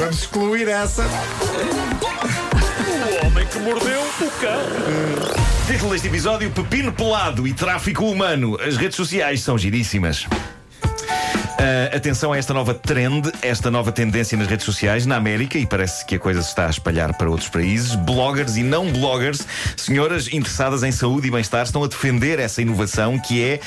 Vamos excluir essa. O homem que mordeu o cão. Título deste episódio: Pepino pelado e tráfico humano. As redes sociais são giríssimas. Atenção a esta nova trend, esta nova tendência nas redes sociais na América, e parece que a coisa se está a espalhar para outros países. Bloggers e não bloggers, senhoras interessadas em saúde e bem-estar, estão a defender essa inovação que é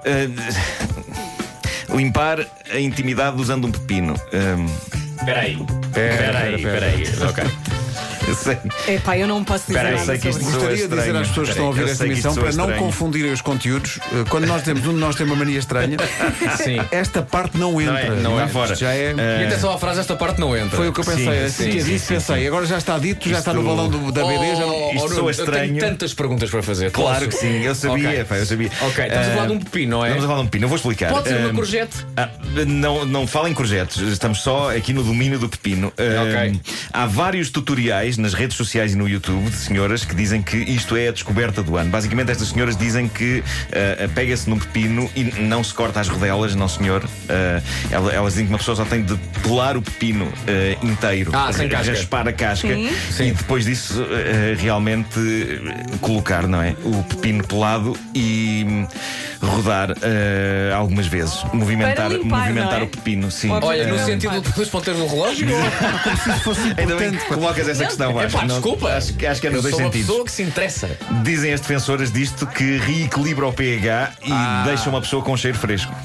limpar a intimidade usando um pepino. Espera aí. Ok. Eu sei. Epá, eu não posso dizer Espera aí, nada sei que isto sobre isso. Gostaria de dizer às pessoas que estão a ouvir esta emissão para não confundirem os conteúdos. Quando nós temos um de nós tem uma mania estranha, Sim. esta parte não entra. Não é fora. Já é. E atenção à frase, esta parte não entra. Foi o que eu pensei. Assim que disse, pensei. Agora já está dito, já está no balão da BD. Já não... Isto soa Eu estranho. tenho tantas perguntas para fazer. Claro que sim, eu sabia. Ok. Pá, eu sabia. Ok, estamos a falar de um pepino, não é? Estamos a falar de um pepino, eu vou explicar. Pode ser uma courgette? Não fala em courgettes, estamos só aqui no domínio do pepino. Ok. Há vários tutoriais nas redes sociais e no YouTube de senhoras que dizem que isto é a descoberta do ano. Basicamente, estas senhoras dizem que pega-se num pepino e não se corta as rodelas, não senhor. Elas dizem que uma pessoa só tem de pelar o pepino inteiro, sem casca. raspar a casca Sim. e depois disso realmente colocar, não é? O pepino pelado e rodar algumas vezes. Movimentar não é? o pepino, sim. Olha, no sentido dos ponteiros do relógio? Como se isso fosse Ainda bem importante. que colocas essa questão, Vasco. Epá, desculpa. Acho que é nos Eu dois sou uma sentidos. pessoa que se interessa. Dizem as defensoras disto que reequilibra o pH e deixa uma pessoa com cheiro fresco.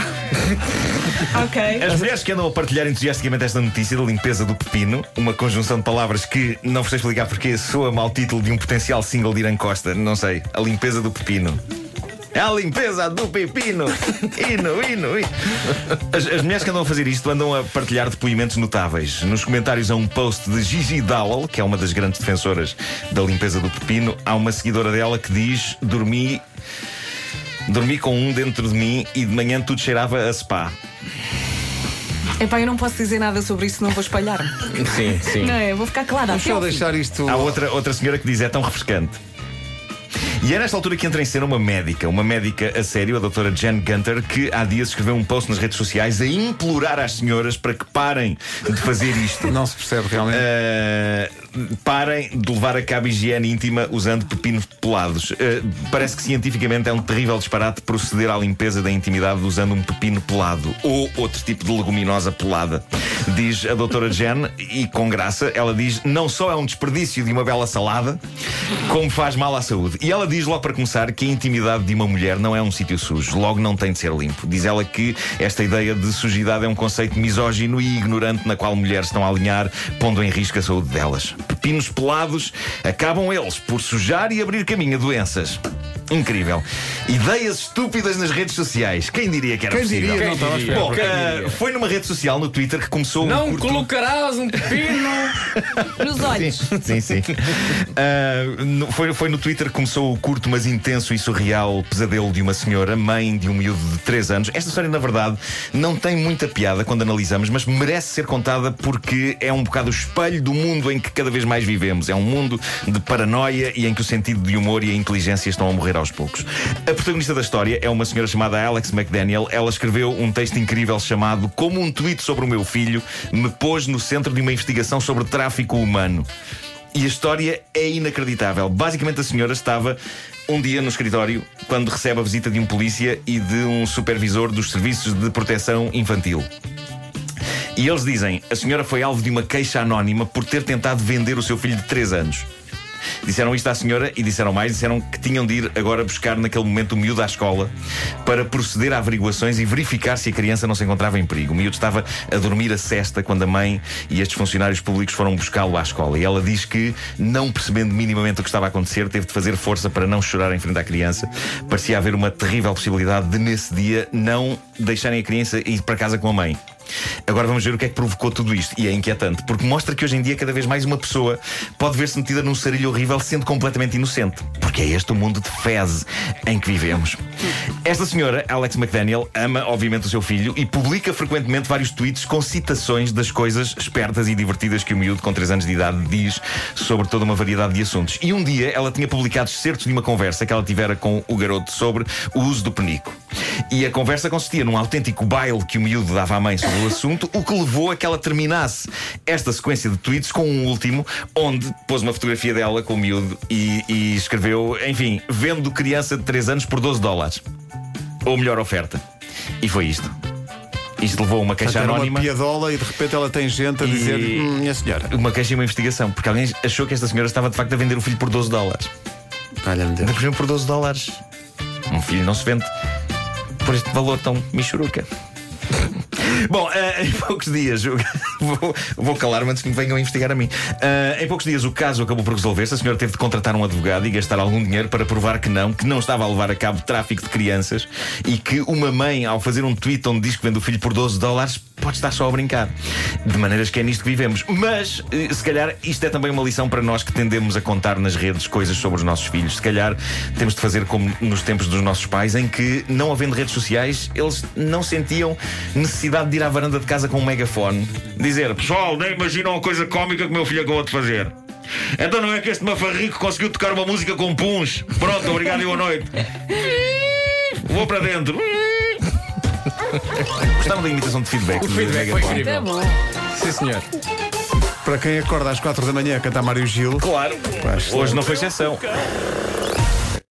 Ok. As mulheres que andam a partilhar entusiasticamente esta notícia da limpeza do pepino, uma conjunção de palavras que não vos sei explicar porque soa mau título de um potencial single de Irã Costa, não sei. A limpeza do pepino. É a limpeza do pepino. Hino. As mulheres que andam a fazer isto andam a partilhar depoimentos notáveis. Nos comentários a um post de Gigi Dowell, que é uma das grandes defensoras da limpeza do pepino, há uma seguidora dela que diz: Dormi com um dentro de mim e de manhã tudo cheirava a spa. Epá, eu não posso dizer nada sobre isso, não vou espalhar. Sim. Não é? Vou ficar clara. Vamos só deixar isto. Há outra senhora que diz: é tão refrescante. E é nesta altura que entra em cena uma médica a sério, a doutora Jen Gunter, que há dias escreveu um post nas redes sociais a implorar às senhoras para que parem de fazer isto. Não se percebe realmente. Parem de levar a cabo higiene íntima usando pepinos pelados. Parece que cientificamente é um terrível disparate proceder à limpeza da intimidade usando um pepino pelado ou outro tipo de leguminosa pelada, diz a doutora Jen, e com graça ela diz: não só é um desperdício de uma bela salada, como faz mal à saúde. E ela diz logo para começar que a intimidade de uma mulher não é um sítio sujo, logo não tem de ser limpo. Diz ela que esta ideia de sujidade é um conceito misógino e ignorante na qual mulheres estão a alinhar, pondo em risco a saúde delas. Pepinos pelados acabam eles por sujar e abrir caminho a doenças. Incrível. Ideias estúpidas nas redes sociais. Quem diria que era possível? Não estava a esperar. Bom, foi numa rede social no Twitter que começou Não um curto... colocarás um pepino Nos olhos. Sim. Foi no Twitter que começou o curto, mas intenso e surreal pesadelo de uma senhora, mãe de um miúdo de 3 anos. Esta história, na verdade, não tem muita piada quando analisamos, mas merece ser contada porque é um bocado o espelho do mundo em que cada vez mais vivemos. É um mundo de paranoia e em que o sentido de humor e a inteligência estão a morrer aos poucos. A protagonista da história é uma senhora chamada Alex McDaniel. Ela escreveu um texto incrível chamado Como um tweet sobre o meu filho me pôs no centro de uma investigação sobre tráfico humano. E a história é inacreditável. Basicamente, a senhora estava um dia no escritório quando recebe a visita de um polícia e de um supervisor dos serviços de proteção infantil. E eles dizem: a senhora foi alvo de uma queixa anónima por ter tentado vender o seu filho de 3 anos. Disseram isto à senhora e disseram mais. Disseram que tinham de ir agora buscar naquele momento o miúdo à escola para proceder a averiguações e verificar se a criança não se encontrava em perigo. O miúdo estava a dormir a sesta quando a mãe e estes funcionários públicos foram buscá-lo à escola. E ela diz que, não percebendo minimamente o que estava a acontecer, teve de fazer força para não chorar em frente à criança. Parecia haver uma terrível possibilidade de, nesse dia, não deixarem a criança ir para casa com a mãe. Agora vamos ver o que é que provocou tudo isto. E é inquietante, porque mostra que hoje em dia cada vez mais uma pessoa pode ver-se metida num sarilho horrível sendo completamente inocente. Porque é este o mundo de fezes em que vivemos. Esta senhora, Alex McDaniel, ama obviamente o seu filho e publica frequentemente vários tweets com citações das coisas espertas e divertidas que o miúdo com 3 anos de idade diz sobre toda uma variedade de assuntos. E um dia ela tinha publicado excertos de uma conversa que ela tivera com o garoto sobre o uso do penico. E a conversa consistia num autêntico baile que o miúdo dava à mãe sobre o assunto, o que levou a que ela terminasse esta sequência de tweets com um último, onde pôs uma fotografia dela com o miúdo e escreveu, enfim, vendo criança de 3 anos por $12. Ou melhor oferta. E foi isto. Isto levou a uma queixa anónima. Uma piadola e de repente ela tem gente a dizer: minha senhora. Uma queixa e uma investigação, porque alguém achou que esta senhora estava de facto a vender o filho por $12. Olha-me Deus. Ainda por $12. Um filho não se vende por este valor tão michuruca. Bom, em poucos dias vou calar-me antes que me venham a investigar a mim. Em poucos dias o caso acabou por resolver-se. A senhora teve de contratar um advogado e gastar algum dinheiro para provar que não estava a levar a cabo tráfico de crianças e que uma mãe, ao fazer um tweet onde diz que vende o filho por $12, pode estar só a brincar. De maneiras que é nisto que vivemos. Mas, se calhar, isto é também uma lição para nós que tendemos a contar nas redes coisas sobre os nossos filhos. Se calhar temos de fazer como nos tempos dos nossos pais, em que, não havendo redes sociais, eles não sentiam necessidade de ir à varanda de casa com um megafone, dizer: pessoal, nem imaginam a coisa cómica que o meu filho acabou de fazer. Então não é que este mafarrico conseguiu tocar uma música com puns? Pronto, obrigado e boa noite. Vou para dentro. Gostaram da imitação de feedback? O feedback foi incrível. É bom. Sim, senhor. Para quem acorda às 4 da manhã a cantar Mário Gil. Claro, hoje não foi exceção.